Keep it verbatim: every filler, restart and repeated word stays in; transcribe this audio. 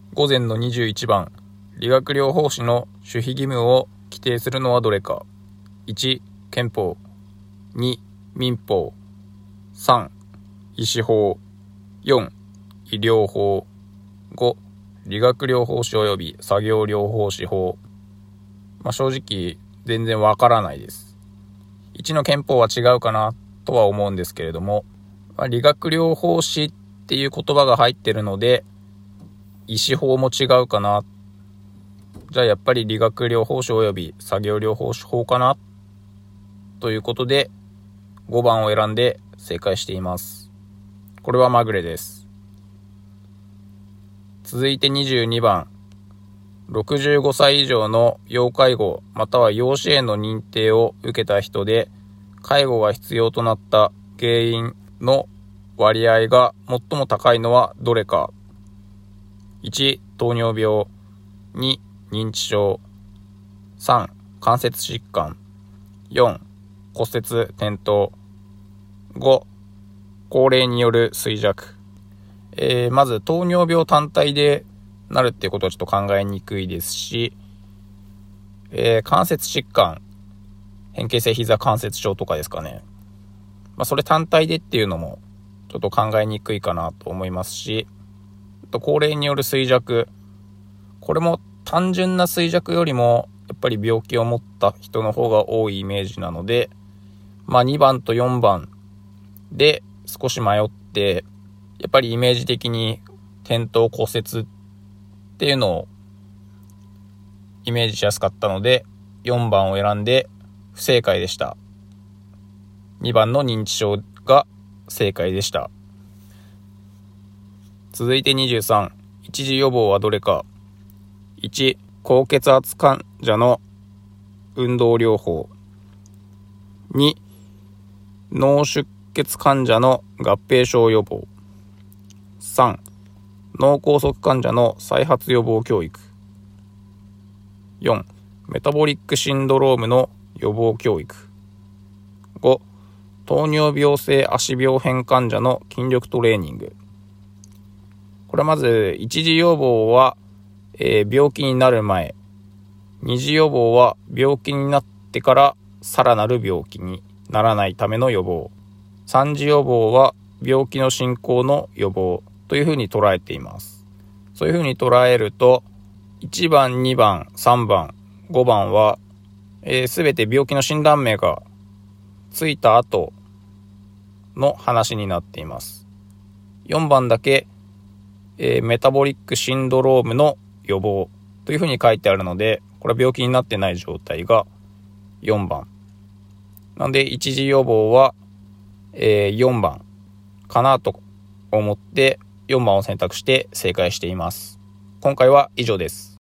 午前のにじゅういちばん、理学療法士の守秘義務を規定するのはどれか。いち、憲法。に、民法。さん、医師法。よん、医療法。ご、理学療法士及び作業療法士法。まあ、正直全然わからないです。いちの憲法は違うかなとは思うんですけれども、まあ、理学療法士っていう言葉が入ってるので、医師法も違うかな。じゃあやっぱり理学療法士及び作業療法士法かなということでごばんを選んで正解しています。これはまぐれです。続いてにじゅうにばん、ろくじゅうごさい以上の要介護または要支援の認定を受けた人で介護が必要となった原因の割合が最も高いのはどれか。いち、糖尿病。に、認知症。さん、関節疾患。よん、骨折転倒。ご、高齢による衰弱。えー、まず糖尿病単体でなるっていうことはちょっと考えにくいですし、えー、関節疾患、変形性膝関節症とかですかね。まあ、それ単体でっていうのもちょっと考えにくいかなと思いますし、高齢による衰弱、これも単純な衰弱よりもやっぱり病気を持った人の方が多いイメージなので、まあにばんとよんばんで少し迷って、やっぱりイメージ的に転倒骨折っていうのをイメージしやすかったのでよんばんを選んで不正解でした。にばんの認知症が正解でした。続いてにじゅうさん、一時予防はどれか。いち、高血圧患者の運動療法。に、脳出血患者の合併症予防。さん、脳梗塞患者の再発予防教育。よん、メタボリックシンドロームの予防教育。ご、糖尿病性足病変患者の筋力トレーニング。これはまず一次予防は、えー、病気になる前、二次予防は病気になってからさらなる病気にならないための予防、三次予防は病気の進行の予防というふうに捉えています。そういうふうに捉えるといちばん、にばん、さんばん、ごばんはすべ、えー、て病気の診断名がついた後の話になっています。よんばんだけえー、メタボリックシンドロームの予防というふうに書いてあるので、これは病気になってない状態がよんばん。なんで一次予防は、えー、よんばんかなと思ってよんばんを選択して正解しています。今回は以上です。